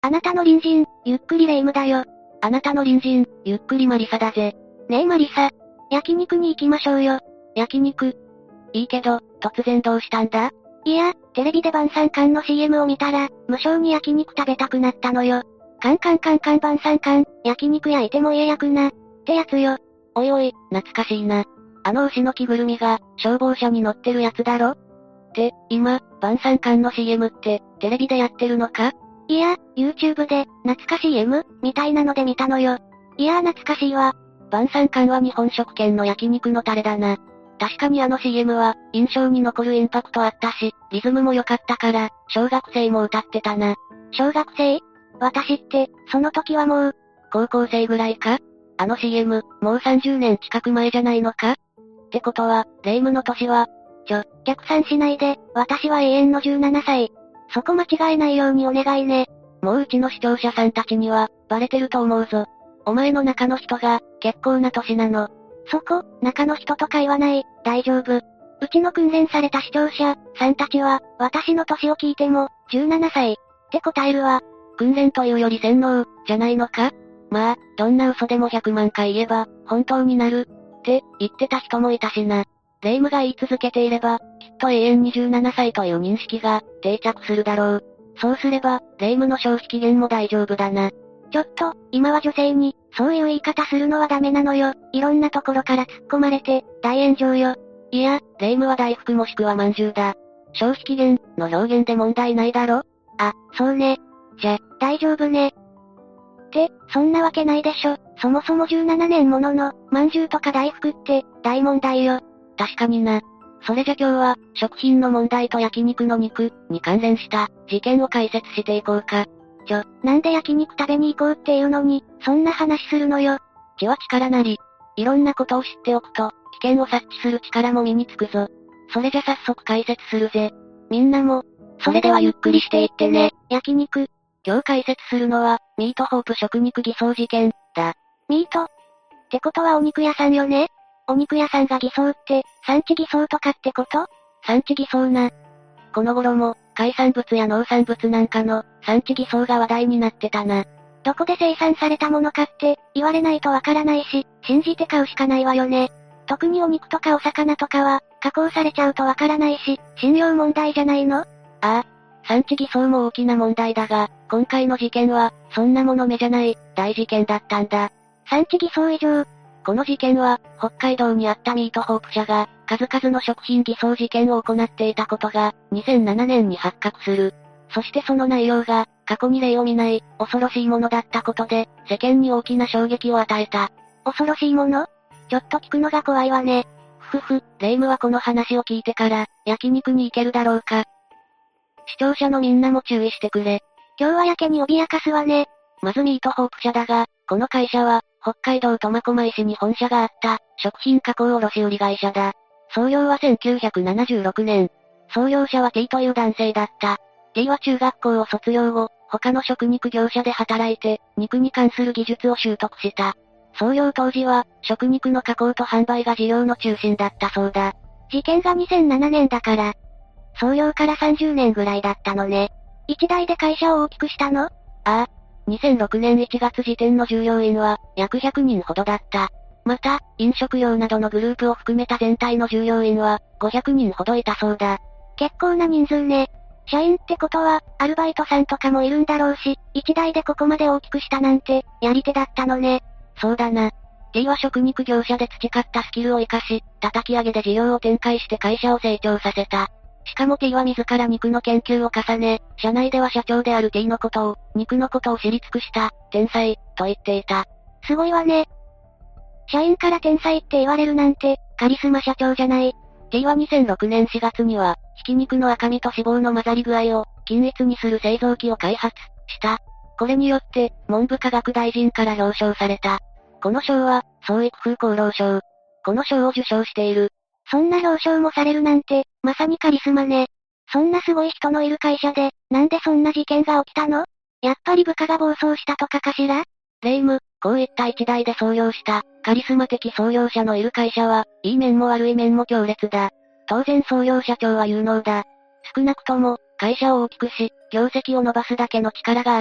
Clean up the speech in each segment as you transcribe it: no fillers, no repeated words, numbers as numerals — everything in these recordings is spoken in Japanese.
あなたの隣人、ゆっくりレ夢ムだよ。 あなたの隣人、ゆっくりマリサだぜ。 ねえマリサ。焼肉に行きましょうよ。 焼肉？いいけど、突然どうしたんだ？ いや、テレビで晩餐館の CM を見たら、無性に焼肉食べたくなったのよ。カンカンカンカン晩餐館、焼肉焼いても家焼くな。ってやつよ。 おいおい、懐かしいな。あの牛の着ぐるみが、消防車に乗ってるやつだろ？って、今、晩餐館の CM って、テレビでやってるのか？ いや、YouTube で、懐かしい M? みたいなので見たのよ。いやー懐かしいわ。 晩餐館は日本食圏の焼肉のタレだな。確かにあの CM は、印象に残るインパクトあったし、リズムも良かったから、小学生も歌ってたな。 小学生？私って、その時はもう、 高校生ぐらいか？あの CM、もう30年近く前じゃないのか？ってことは、レ夢ムの年は、 逆算しないで、私は永遠の17歳。そこ間違えないようにお願いね。 もううちの視聴者さんたちには、バレてると思うぞ。お前の中の人が、結構な年なの。 そこ、中の人とか言わない、大丈夫。うちの訓練された視聴者さんたちは、私の年を聞いても、17歳、って答えるわ。 訓練というより洗脳、じゃないのか？まあ、どんな嘘でも100万回言えば、本当になる、って言ってた人もいたしな。レ夢ムが言い続けていれば、きっと永遠に17歳という認識が、定着するだろう。そうすれば、レ夢ムの消費期限も大丈夫だな。 ちょっと、今は女性に、そういう言い方するのはダメなのよ。いろんなところから突っ込まれて、大炎上よ。 いや、レ夢ムは大福もしくは饅頭だ。消費期限、の表現で問題ないだろ？ あ、そうね。大丈夫ね。って、そんなわけないでしょ。そもそも17年ものの、饅頭とか大福って、大問題よ。 確かにな。それじゃ今日は、食品の問題と焼肉の肉、に関連した、事件を解説していこうか。 なんで焼肉食べに行こうっていうのに、そんな話するのよ。 血は力なり。いろんなことを知っておくと、危険を察知する力も身につくぞ。それじゃ早速解説するぜ。みんなも、 それではゆっくりしていってね、焼肉。 今日解説するのは、ミートホープ食肉偽装事件、だ。 ミート？ってことはお肉屋さんよね？お肉屋さんが偽装って、産地偽装とかってこと？ 産地偽装な。この頃も、海産物や農産物なんかの、産地偽装が話題になってたな。 どこで生産されたものかって、言われないとわからないし、信じて買うしかないわよね。特にお肉とかお魚とかは、加工されちゃうとわからないし、信用問題じゃないの？ああ、産地偽装も大きな問題だが、今回の事件は、そんなもの目じゃない、大事件だったんだ。 産地偽装以上。 この事件は、北海道にあったミートホープ社が、数々の食品偽装事件を行っていたことが、2007年に発覚する。そしてその内容が、過去に例を見ない、恐ろしいものだったことで、世間に大きな衝撃を与えた。 恐ろしいもの？ちょっと聞くのが怖いわね。 レ夢ムはこの話を聞いてから、焼肉に行けるだろうか。視聴者のみんなも注意してくれ。 今日はやけに脅かすわね。 まずミートホープ社だが、この会社は、北海道苫小牧市に本社があった、食品加工卸売会社だ。創業は1976年。創業者は T という男性だった。T は中学校を卒業後、他の食肉業者で働いて、肉に関する技術を習得した。創業当時は、食肉の加工と販売が事業の中心だったそうだ。 事件が2007年だから、創業から30年ぐらいだったのね。一代で会社を大きくしたの？ ああ。2006年1月時点の従業員は、約100人ほどだった。また、飲食業などのグループを含めた全体の従業員は、500人ほどいたそうだ。 結構な人数ね。社員ってことは、アルバイトさんとかもいるんだろうし、一代でここまで大きくしたなんて、やり手だったのね。 そうだな。T は食肉業者で培ったスキルを活かし、叩き上げで事業を展開して会社を成長させた。しかも T は自ら肉の研究を重ね、社内では社長である T のことを、肉のことを知り尽くした、天才、と言っていた。 すごいわね。社員から天才って言われるなんて、カリスマ社長じゃない。 T は2006年4月には、ひき肉の赤身と脂肪の混ざり具合を、均一にする製造機を開発した。これによって、文部科学大臣から表彰された。この賞は、創育風厚労省。この賞を受賞している。 そんな表彰もされるなんて、まさにカリスマね。そんなすごい人のいる会社で、なんでそんな事件が起きたの？やっぱり部下が暴走したとかかしら？ レ夢ム、こういった一代で創業した、カリスマ的創業者のいる会社は、いい面も悪い面も強烈だ。当然創業社長は有能だ。少なくとも、会社を大きくし、業績を伸ばすだけの力がある。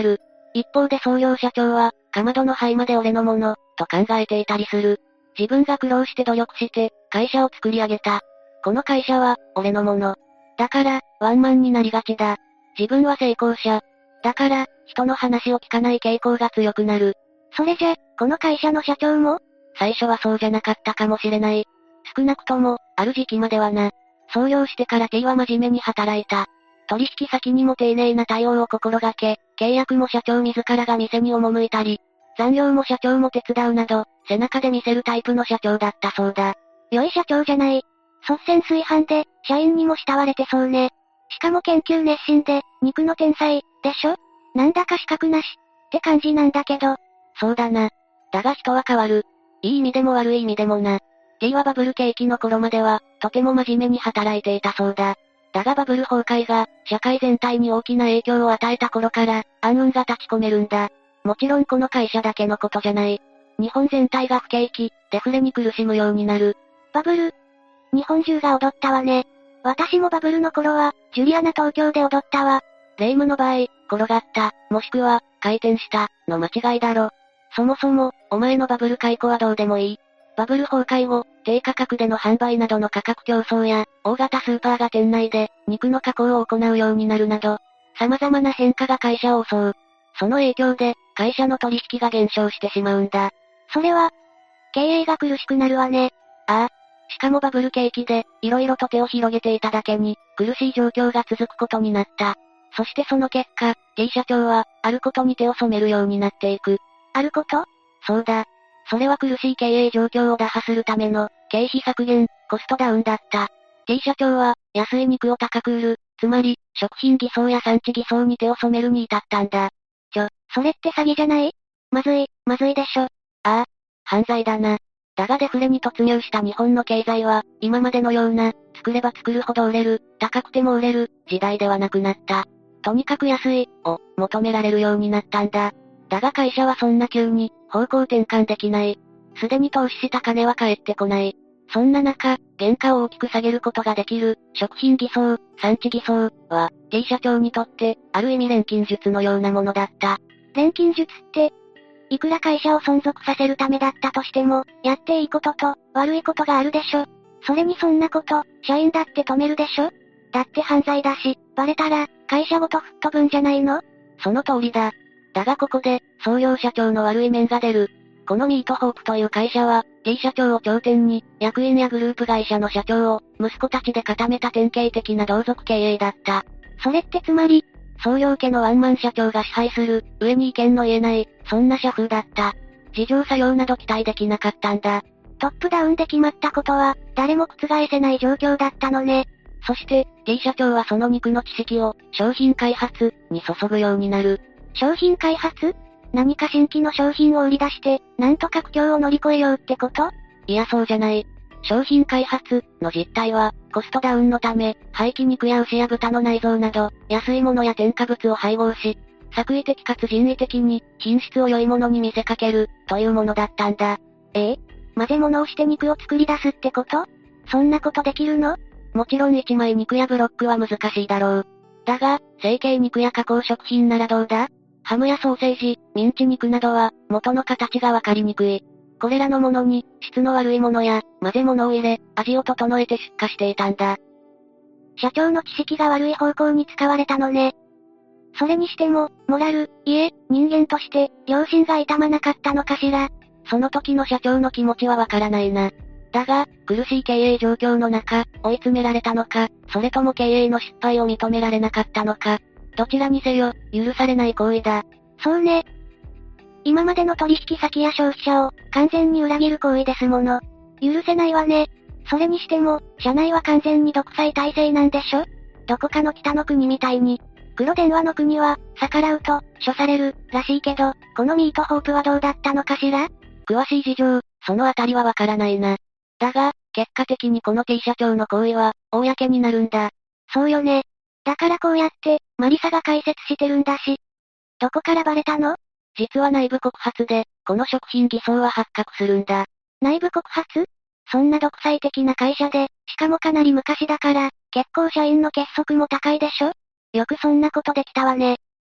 一方で創業社長は、かまどの灰まで俺のもの、と考えていたりする。自分が苦労して努力して、会社を作り上げた。この会社は、俺のもの。だから、ワンマンになりがちだ。自分は成功者。だから、人の話を聞かない傾向が強くなる。 それじゃ、この会社の社長も最初はそうじゃなかったかもしれない。少なくとも、ある時期まではな。創業してから T は真面目に働いた。取引先にも丁寧な対応を心がけ、契約も社長自らが店に赴いたり、残業も社長も手伝うなど、背中で見せるタイプの社長だったそうだ。 良い社長じゃない。率先垂範で、社員にも慕われてそうね。しかも研究熱心で、肉の天才、でしょ？なんだか資格なし、って感じなんだけど。 そうだな。だが人は変わる。いい意味でも悪い意味でもな。T はバブル景気の頃までは、とても真面目に働いていたそうだ。だがバブル崩壊が、社会全体に大きな影響を与えた頃から、暗雲が立ち込めるんだ。もちろんこの会社だけのことじゃない。日本全体が不景気、デフレに苦しむようになる。 バブル。日本中が踊ったわね。私もバブルの頃は、ジュリアナ東京で踊ったわ。 霊夢の場合、転がった、もしくは、回転した、の間違いだろ。そもそも、お前のバブル解雇はどうでもいい。バブル崩壊後、低価格での販売などの価格競争や、大型スーパーが店内で、肉の加工を行うようになるなど、様々な変化が会社を襲う。その影響で、会社の取引が減少してしまうんだ。 それは、経営が苦しくなるわね。 ああ。しかもバブル景気で、色々と手を広げていただけに、苦しい状況が続くことになった。そしてその結果、T 社長は、あることに手を染めるようになっていく。 あること？ そうだ。それは苦しい経営状況を打破するための、経費削減、コストダウンだった。T 社長は、安い肉を高く売る、つまり、食品偽装や産地偽装に手を染めるに至ったんだ。 それって詐欺じゃない？まずいでしょ。 ああ、犯罪だな。だがデフレに突入した日本の経済は、今までのような、作れば作るほど売れる、高くても売れる、時代ではなくなった。とにかく安い、を、求められるようになったんだ。だが会社はそんな急に、方向転換できない。すでに投資した金は返ってこない。そんな中、原価を大きく下げることができる、食品偽装、産地偽装、は、T 社長にとって、ある意味錬金術のようなものだった。 錬金術って、いくら会社を存続させるためだったとしても、やっていいことと、悪いことがあるでしょ。それにそんなこと、社員だって止めるでしょ？だって犯罪だし、バレたら、会社ごと吹っ飛ぶんじゃないの？ その通りだ。だがここで、創業社長の悪い面が出る。このミートホープという会社は、T 社長を頂点に、役員やグループ会社の社長を、息子たちで固めた典型的な同族経営だった。 それってつまり、 創業家のワンマン社長が支配する、上に意見の言えない、そんな社風だった。自浄作用など期待できなかったんだ。 トップダウンで決まったことは、誰も覆せない状況だったのね。 そして、T 社長はその肉の知識を、商品開発、に注ぐようになる。 商品開発？何か新規の商品を売り出して、なんとか苦境を乗り越えようってこと？ いやそうじゃない。商品開発、の実態は、コストダウンのため、廃棄肉や牛や豚の内臓など、安いものや添加物を配合し、作為的かつ人為的に、品質を良いものに見せかける、というものだったんだ。 混ぜ物をして肉を作り出すってこと？そんなことできるの？ もちろん一枚肉やブロックは難しいだろう。だが、成形肉や加工食品ならどうだ？ハムやソーセージ、ミンチ肉などは、元の形がわかりにくい。これらのものに、質の悪いものや、混ぜ物を入れ、味を整えて出荷していたんだ。 社長の知識が悪い方向に使われたのね。それにしても、モラル、いえ、人間として、良心が痛まなかったのかしら。 その時の社長の気持ちはわからないな。だが、苦しい経営状況の中、追い詰められたのか、それとも経営の失敗を認められなかったのか、どちらにせよ、許されない行為だ。 そうね。今までの取引先や消費者を、完全に裏切る行為ですもの。許せないわね。それにしても、社内は完全に独裁体制なんでしょ？どこかの北の国みたいに。黒電話の国は、逆らうと、処される、らしいけど、このミートホープはどうだったのかしら？ 詳しい事情、そのあたりはわからないな。だが、結果的にこの T 社長の行為は、公になるんだ。 そうよね。だからこうやって、マリサが解説してるんだし。どこからバレたの？ 実は内部告発で、この食品偽装は発覚するんだ。 内部告発？そんな独裁的な会社で、しかもかなり昔だから、結構社員の結束も高いでしょ？よくそんなことできたわね。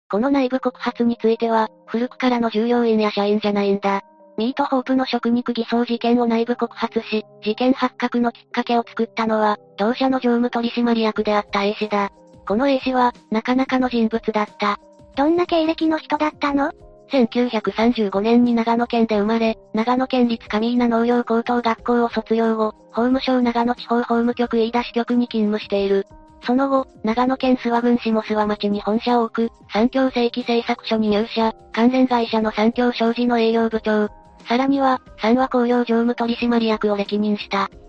この内部告発については、古くからの従業員や社員じゃないんだ。ミートホープの食肉偽装事件を内部告発し、事件発覚のきっかけを作ったのは、同社の常務取締役であった A 氏だ。この A 氏は、なかなかの人物だった。 どんな経歴の人だったの ？1935年に長野県で生まれ、長野県立上伊那農業高等学校を卒業後、法務省長野地方法務局飯田支局に勤務している。その後、長野県諏訪郡下諏訪町に本社を置く、三協正規製作所に入社、関連会社の三協商事の営業部長。さらには、三和工業常務取締役を歴任した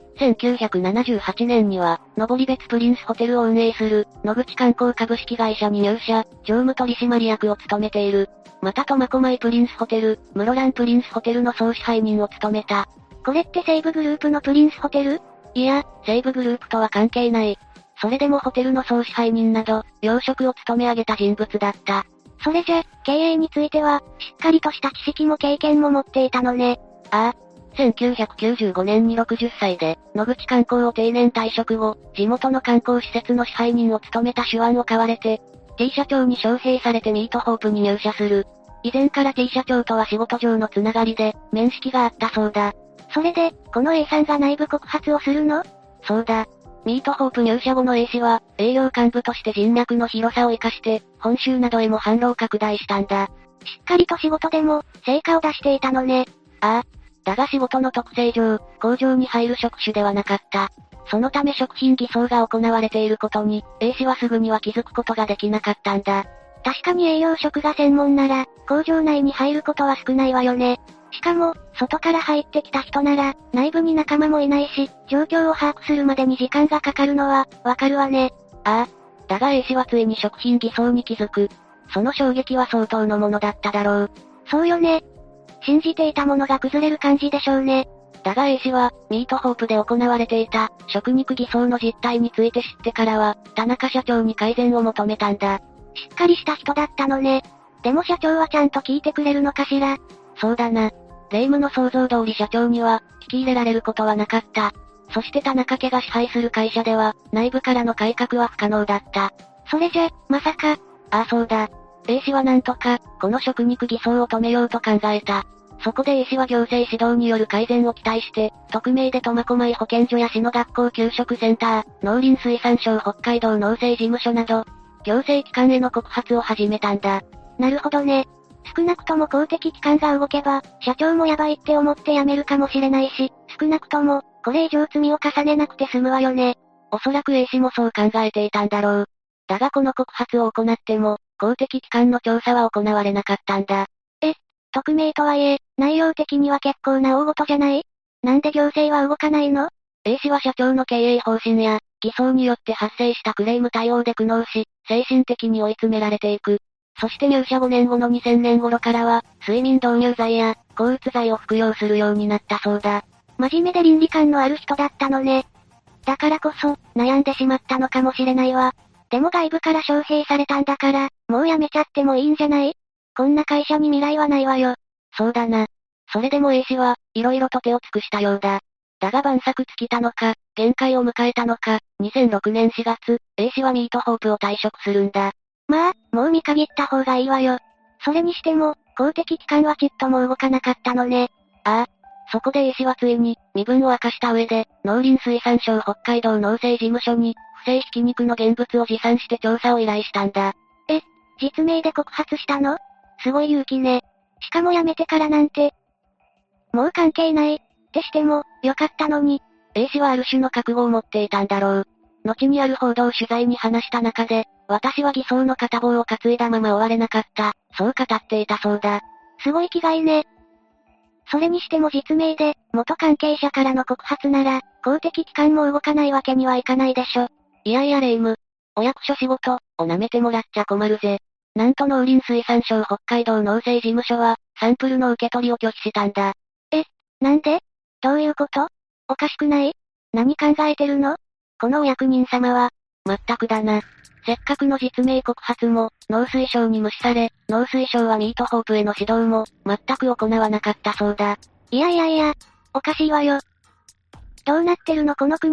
。1978年には、登別プリンスホテルを運営する、野口観光株式会社に入社、常務取締役を務めている。また苫小牧プリンスホテル、室蘭プリンスホテルの総支配人を務めた。 これって西武グループのプリンスホテル？ いや、西武グループとは関係ない。それでもホテルの総支配人など、要職を務め上げた人物だった。 それじゃ、経営については、しっかりとした知識も経験も持っていたのね。 ああ。1995年に60歳で、野口観光を定年退職後、地元の観光施設の支配人を務めた手腕を買われて、T 社長に招聘されてミートホープに入社する。以前から T 社長とは仕事上のつながりで、面識があったそうだ。 それで、この A さんが内部告発をするの？ そうだ。ミートホープ入社後の A 氏は、営業幹部として人脈の広さを活かして、本州などへも販路を拡大したんだ。 しっかりと仕事でも、成果を出していたのね。 ああ。だが仕事の特性上、工場に入る職種ではなかった。そのため食品偽装が行われていることに、A 氏はすぐには気づくことができなかったんだ。 確かに営業職が専門なら、工場内に入ることは少ないわよね。しかも、外から入ってきた人なら、内部に仲間もいないし、状況を把握するまでに時間がかかるのは、わかるわね。 ああ。だが A 氏はついに食品偽装に気づく。その衝撃は相当のものだっただろう。 そうよね。信じていたものが崩れる感じでしょうね。 だが A 氏は、ミートホープで行われていた、食肉偽装の実態について知ってからは、田中社長に改善を求めたんだ。 しっかりした人だったのね。でも社長はちゃんと聞いてくれるのかしら。 そうだな。霊夢の想像通り社長には、聞き入れられることはなかった。そして田中家が支配する会社では、内部からの改革は不可能だった。 それじゃ、まさか。 ああそうだ。A 氏はなんとか、この食肉偽装を止めようと考えた。そこで A 氏は行政指導による改善を期待して、匿名で苫小牧保健所や市の学校給食センター、農林水産省北海道農政事務所など、行政機関への告発を始めたんだ。 なるほどね。少なくとも公的機関が動けば、社長もやばいって思って辞めるかもしれないし、少なくとも、これ以上罪を重ねなくて済むわよね。 おそらく A 氏もそう考えていたんだろう。だがこの告発を行っても、公的機関の調査は行われなかったんだ。 匿名とはいえ、内容的には結構な大事じゃない？なんで行政は動かないの？ A 氏は社長の経営方針や、偽装によって発生したクレーム対応で苦悩し、精神的に追い詰められていく。そして入社5年後の2000年頃からは、睡眠導入剤や、抗うつ剤を服用するようになったそうだ。 真面目で倫理観のある人だったのね。だからこそ、悩んでしまったのかもしれないわ。でも外部から招聘されたんだから、もう辞めちゃってもいいんじゃない？こんな会社に未来はないわよ。 そうだな。それでも A 氏は、色々と手を尽くしたようだ。だが晩作尽きたのか、限界を迎えたのか、2006年4月、A 氏はミートホープを退職するんだ。 まあ、もう見限った方がいいわよ。それにしても、公的機関はちっとも動かなかったのね。 ああ。そこで A 氏はついに、身分を明かした上で、農林水産省北海道農政事務所に、不正ひき肉の現物を持参して調査を依頼したんだ。 実名で告発したの？すごい勇気ね。しかも辞めてからなんて。もう関係ない。ってしても、よかったのに。 A 氏はある種の覚悟を持っていたんだろう。後にある報道取材に話した中で、私は偽装の片棒を担いだまま終われなかった。そう語っていたそうだ。 すごい気概ね。それにしても実名で、元関係者からの告発なら、公的機関も動かないわけにはいかないでしょ。 いやいや霊夢。お役所仕事、を舐めてもらっちゃ困るぜ。なんと農林水産省北海道農政事務所は、サンプルの受け取りを拒否したんだ。 なんで？どういうこと？おかしくない？何考えてるの？このお役人様は。 まったくだな。せっかくの実名告発も、農水省に無視され、農水省はミートホープへの指導も、全く行わなかったそうだ。 いや、おかしいわよ。どうなってるのこの国は。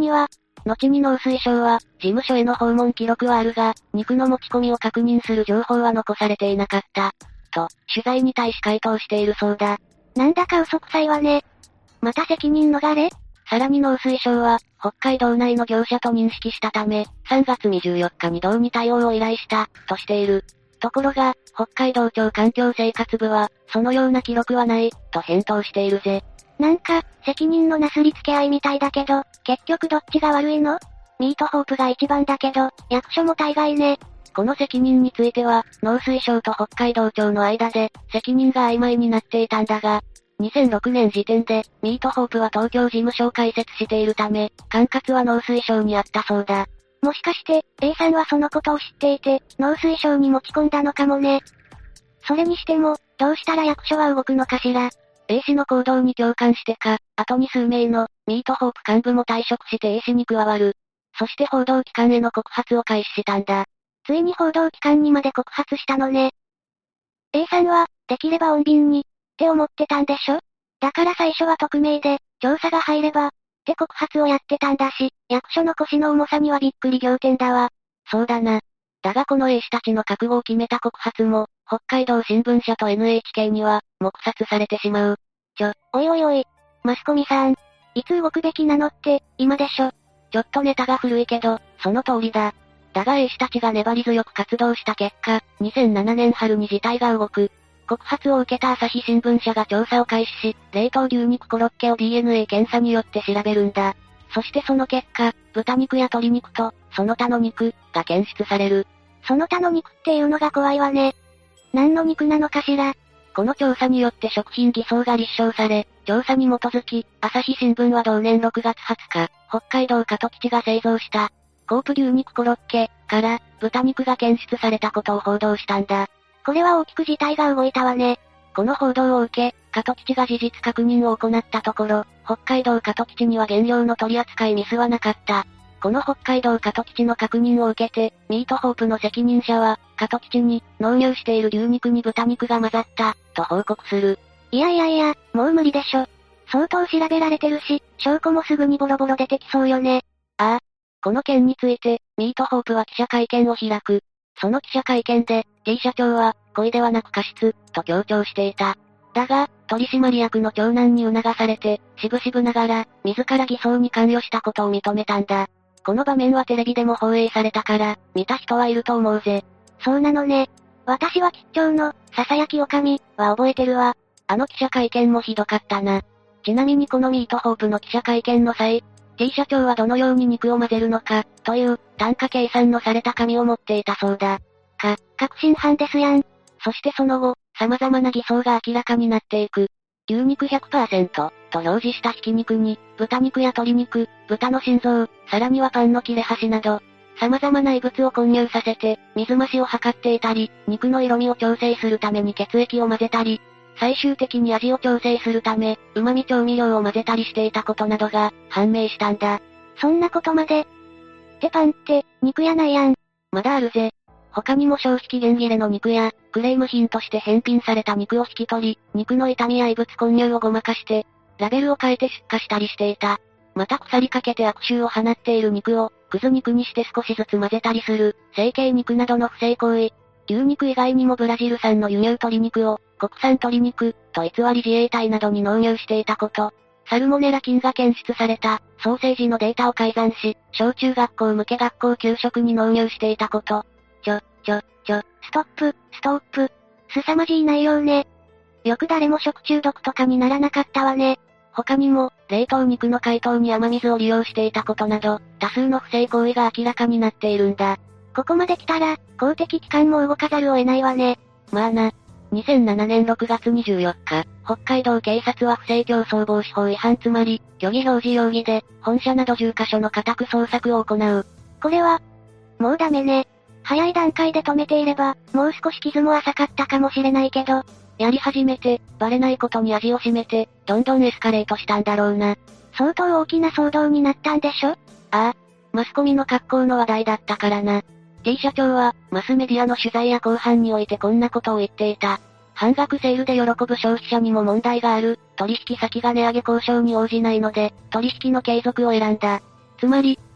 後に農水省は、事務所への訪問記録はあるが、肉の持ち込みを確認する情報は残されていなかった。と、取材に対し回答しているそうだ。 なんだか嘘くさいわね。また責任逃れ？ さらに農水省は、北海道内の業者と認識したため、3月24日に道に対応を依頼した、としている。ところが、北海道庁環境生活部は、そのような記録はない、と返答しているぜ。 なんか、責任のなすりつけ合いみたいだけど、結局どっちが悪いの？ミートホープが一番だけど、役所も大概ね。 この責任については、農水省と北海道庁の間で、責任が曖昧になっていたんだが、2006年時点で、ミートホープは東京事務所を開設しているため、管轄は農水省にあったそうだ。 もしかして、A さんはそのことを知っていて、農水省に持ち込んだのかもね。それにしても、どうしたら役所は動くのかしら。 A 氏の行動に共感してか、後に数名の、ミートホープ幹部も退職して A 氏に加わる。そして報道機関への告発を開始したんだ。 ついに報道機関にまで告発したのね。A さんは、できれば穏便に、って思ってたんでしょ？だから最初は匿名で、調査が入れば、って告発をやってたんだし、役所の腰の重さにはびっくり仰天だわ。 そうだな。だがこの A 氏たちの覚悟を決めた告発も、北海道新聞社と NHK には、黙殺されてしまう。 おいおいおい。マスコミさん。いつ動くべきなのって、今でしょ。 ちょっとネタが古いけど、その通りだ。だが A 氏たちが粘り強く活動した結果、2007年春に事態が動く。告発を受けた朝日新聞社が調査を開始し、冷凍牛肉コロッケを DNA 検査によって調べるんだ。そしてその結果、豚肉や鶏肉と、その他の肉、が検出される。 その他の肉っていうのが怖いわね。何の肉なのかしら。 この調査によって食品偽装が立証され、調査に基づき、朝日新聞は同年6月20日、北海道加戸基地が製造した、コープ牛肉コロッケ、から、豚肉が検出されたことを報道したんだ。 これは大きく事態が動いたわね。 この報道を受け、加戸基地が事実確認を行ったところ、北海道加戸基地には原料の取り扱いミスはなかった。この北海道加戸基地の確認を受けて、ミートホープの責任者は、加戸基地に、納入している牛肉に豚肉が混ざった、と報告する。 いやいやいや、もう無理でしょ。相当調べられてるし、証拠もすぐにボロボロ出てきそうよね。 ああ。この件について、ミートホープは記者会見を開く。その記者会見で、T 社長は、故意ではなく過失、と強調していた。だが、取締役の長男に促されて、渋々ながら、自ら偽装に関与したことを認めたんだ。この場面はテレビでも放映されたから、見た人はいると思うぜ。 そうなのね。私は吉兆の、囁きおかみ、は覚えてるわ。 あの記者会見もひどかったな。ちなみにこのミートホープの記者会見の際、T 社長はどのように肉を混ぜるのか、という、単価計算のされた紙を持っていたそうだ。 確信犯ですやん。 そしてその後、様々な偽装が明らかになっていく。牛肉 100%、と表示したひき肉に、豚肉や鶏肉、豚の心臓、さらにはパンの切れ端など、様々な異物を混入させて、水増しを図っていたり、肉の色味を調整するために血液を混ぜたり、最終的に味を調整するため、旨味調味料を混ぜたりしていたことなどが、判明したんだ。 そんなことまで。ってパンって、肉やないやん。 まだあるぜ。他にも消費期限切れの肉や、クレーム品として返品された肉を引き取り、肉の傷みや異物混入をごまかして、ラベルを変えて出荷したりしていた。また腐りかけて悪臭を放っている肉を、くず肉にして少しずつ混ぜたりする、成形肉などの不正行為。牛肉以外にもブラジル産の輸入鶏肉を、国産鶏肉、と偽り自衛隊などに納入していたこと。サルモネラ菌が検出された、ソーセージのデータを改ざんし、小中学校向け学校給食に納入していたこと。 ストップ。凄まじい内容ね。よく誰も食中毒とかにならなかったわね。 他にも、冷凍肉の解凍に雨水を利用していたことなど、多数の不正行為が明らかになっているんだ。 ここまで来たら、公的機関も動かざるを得ないわね。 まあな。2007年6月24日、北海道警察は不正競争防止法違反つまり、虚偽表示容疑で、本社など10カ所の家宅捜索を行う。 これは、もうダメね。早い段階で止めていれば、もう少し傷も浅かったかもしれないけど、 やり始めて、バレないことに味を占めて、どんどんエスカレートしたんだろうな。 相当大きな騒動になったんでしょ？ ああ。マスコミの格好の話題だったからな。T 社長は、マスメディアの取材や公判においてこんなことを言っていた。半額セールで喜ぶ消費者にも問題がある。取引先が値上げ交渉に応じないので、取引の継続を選んだ。つまり、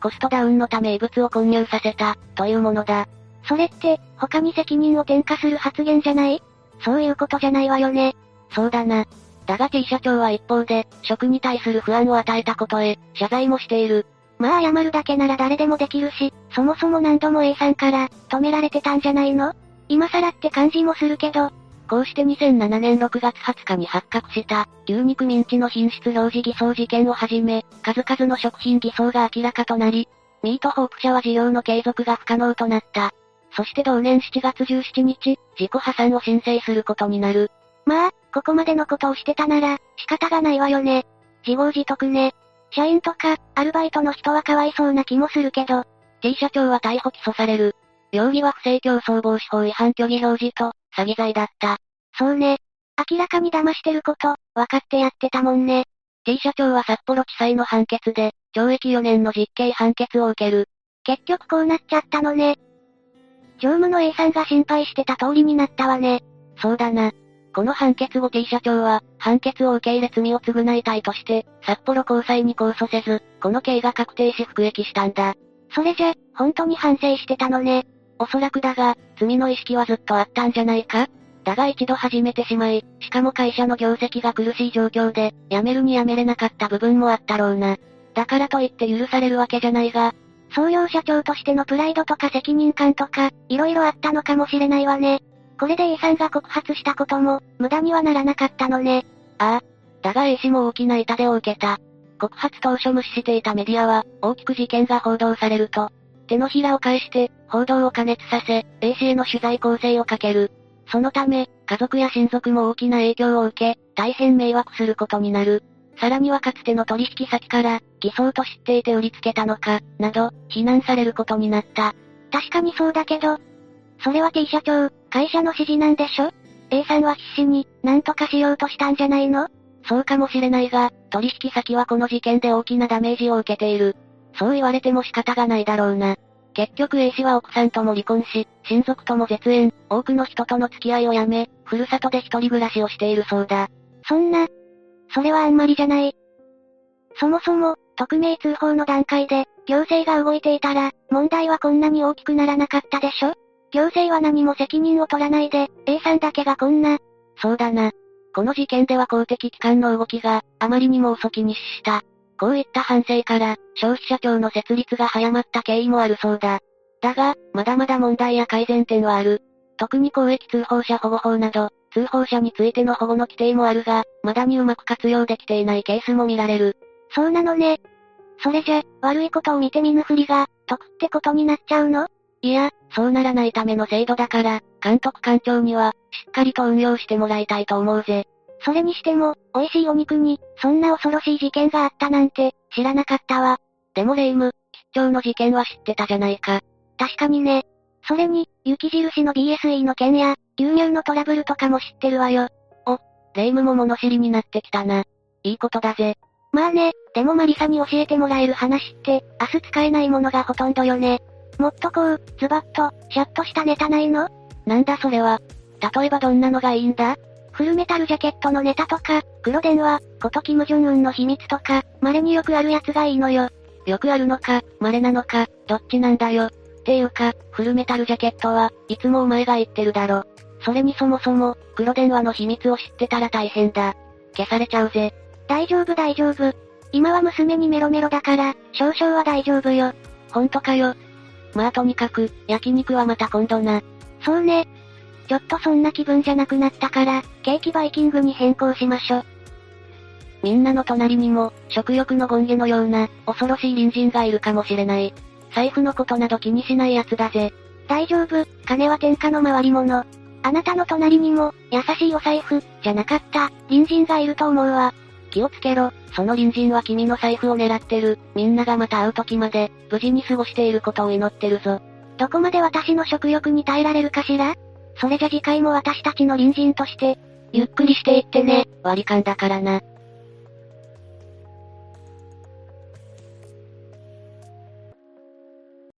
コストダウンのため異物を混入させた、というものだ。 それって、他に責任を転嫁する発言じゃない？そういうことじゃないわよね。 そうだな。だが T 社長は一方で、職に対する不安を与えたことへ、謝罪もしている。 まあ謝るだけなら誰でもできるし、そもそも何度も A さんから、止められてたんじゃないの？今更って感じもするけど。 こうして2007年6月20日に発覚した、牛肉ミンチの品質表示偽装事件をはじめ、数々の食品偽装が明らかとなり、ミートホープ社は事業の継続が不可能となった。そして同年7月17日、自己破産を申請することになる。 まあ、ここまでのことをしてたなら、仕方がないわよね。自業自得ね。社員とか、アルバイトの人はかわいそうな気もするけど。 T 社長は逮捕起訴される。容疑は不正競争防止法違反虚偽表示と、詐欺罪だった。 そうね。明らかに騙してること、分かってやってたもんね。 T 社長は札幌地裁の判決で、懲役4年の実刑判決を受ける。 結局こうなっちゃったのね。常務の A さんが心配してた通りになったわね。 そうだな。この判決後 T 社長は、判決を受け入れ罪を償いたいとして、札幌高裁に控訴せず、この刑が確定し服役したんだ。 それじゃ、本当に反省してたのね。 おそらくだが、罪の意識はずっとあったんじゃないか？だが一度始めてしまい、しかも会社の業績が苦しい状況で、辞めるに辞めれなかった部分もあったろうな。だからといって許されるわけじゃないが、 創業社長としてのプライドとか責任感とか、色々あったのかもしれないわね。これで A さんが告発したことも、無駄にはならなかったのね。 ああ。だが A 氏も大きな痛手を受けた。告発当初無視していたメディアは、大きく事件が報道されると、手のひらを返して、報道を過熱させ、A 氏への取材攻勢をかける。そのため、家族や親族も大きな影響を受け、大変迷惑することになる。さらにはかつての取引先から、偽装と知っていて売りつけたのか、など、非難されることになった。 確かにそうだけど、それは T 社長、会社の指示なんでしょ？ A さんは必死に、なんとかしようとしたんじゃないの？ そうかもしれないが、取引先はこの事件で大きなダメージを受けている。そう言われても仕方がないだろうな。結局 A 氏は奥さんとも離婚し、親族とも絶縁、多くの人との付き合いをやめ、ふるさとで一人暮らしをしているそうだ。 そんな、それはあんまりじゃない。そもそも、匿名通報の段階で、行政が動いていたら、問題はこんなに大きくならなかったでしょ？行政は何も責任を取らないで、A さんだけがこんな。 そうだな。この事件では公的機関の動きが、あまりにも遅きに失した。こういった反省から、消費者庁の設立が早まった経緯もあるそうだ。だが、まだまだ問題や改善点はある。特に公益通報者保護法など、通報者についての保護の規定もあるが、まだにうまく活用できていないケースも見られる。 そうなのね。それじゃ、悪いことを見て見ぬふりが、得ってことになっちゃうの？ いや、そうならないための制度だから、監督官庁には、しっかりと運用してもらいたいと思うぜ。 それにしても、美味しいお肉に、そんな恐ろしい事件があったなんて、知らなかったわ。 でもレイム、吉兆の事件は知ってたじゃないか。 確かにね。それに、雪印の BSE の件や、牛乳のトラブルとかも知ってるわよ。 お、レイムも物知りになってきたな。いいことだぜ。 まあね、でもマリサに教えてもらえる話って、明日使えないものがほとんどよね。もっとこう、ズバッと、シャッとしたネタないの？ なんだそれは。例えばどんなのがいいんだ？ フルメタルジャケットのネタとか、黒電話、ことキム・ジョンウンの秘密とか、稀によくあるやつがいいのよ。 よくあるのか、稀なのか、どっちなんだよ。っていうか、フルメタルジャケットは、いつもお前が言ってるだろ。それにそもそも、黒電話の秘密を知ってたら大変だ。消されちゃうぜ。 大丈夫大丈夫。今は娘にメロメロだから、少々は大丈夫よ。 ほんとかよ。まあとにかく、焼肉はまた今度な。 そうね。ちょっとそんな気分じゃなくなったから、ケーキバイキングに変更しましょ。 みんなの隣にも、食欲の権化のような、恐ろしい隣人がいるかもしれない。財布のことなど気にしない奴だぜ。 大丈夫、金は天下の回り物。あなたの隣にも、優しいお財布、じゃなかった、隣人がいると思うわ。 気をつけろ、その隣人は君の財布を狙ってる。みんながまた会う時まで、無事に過ごしていることを祈ってるぞ。 どこまで私の食欲に耐えられるかしら？それじゃ次回も私たちの隣人として、 ゆっくりしていってね、割り勘だからな。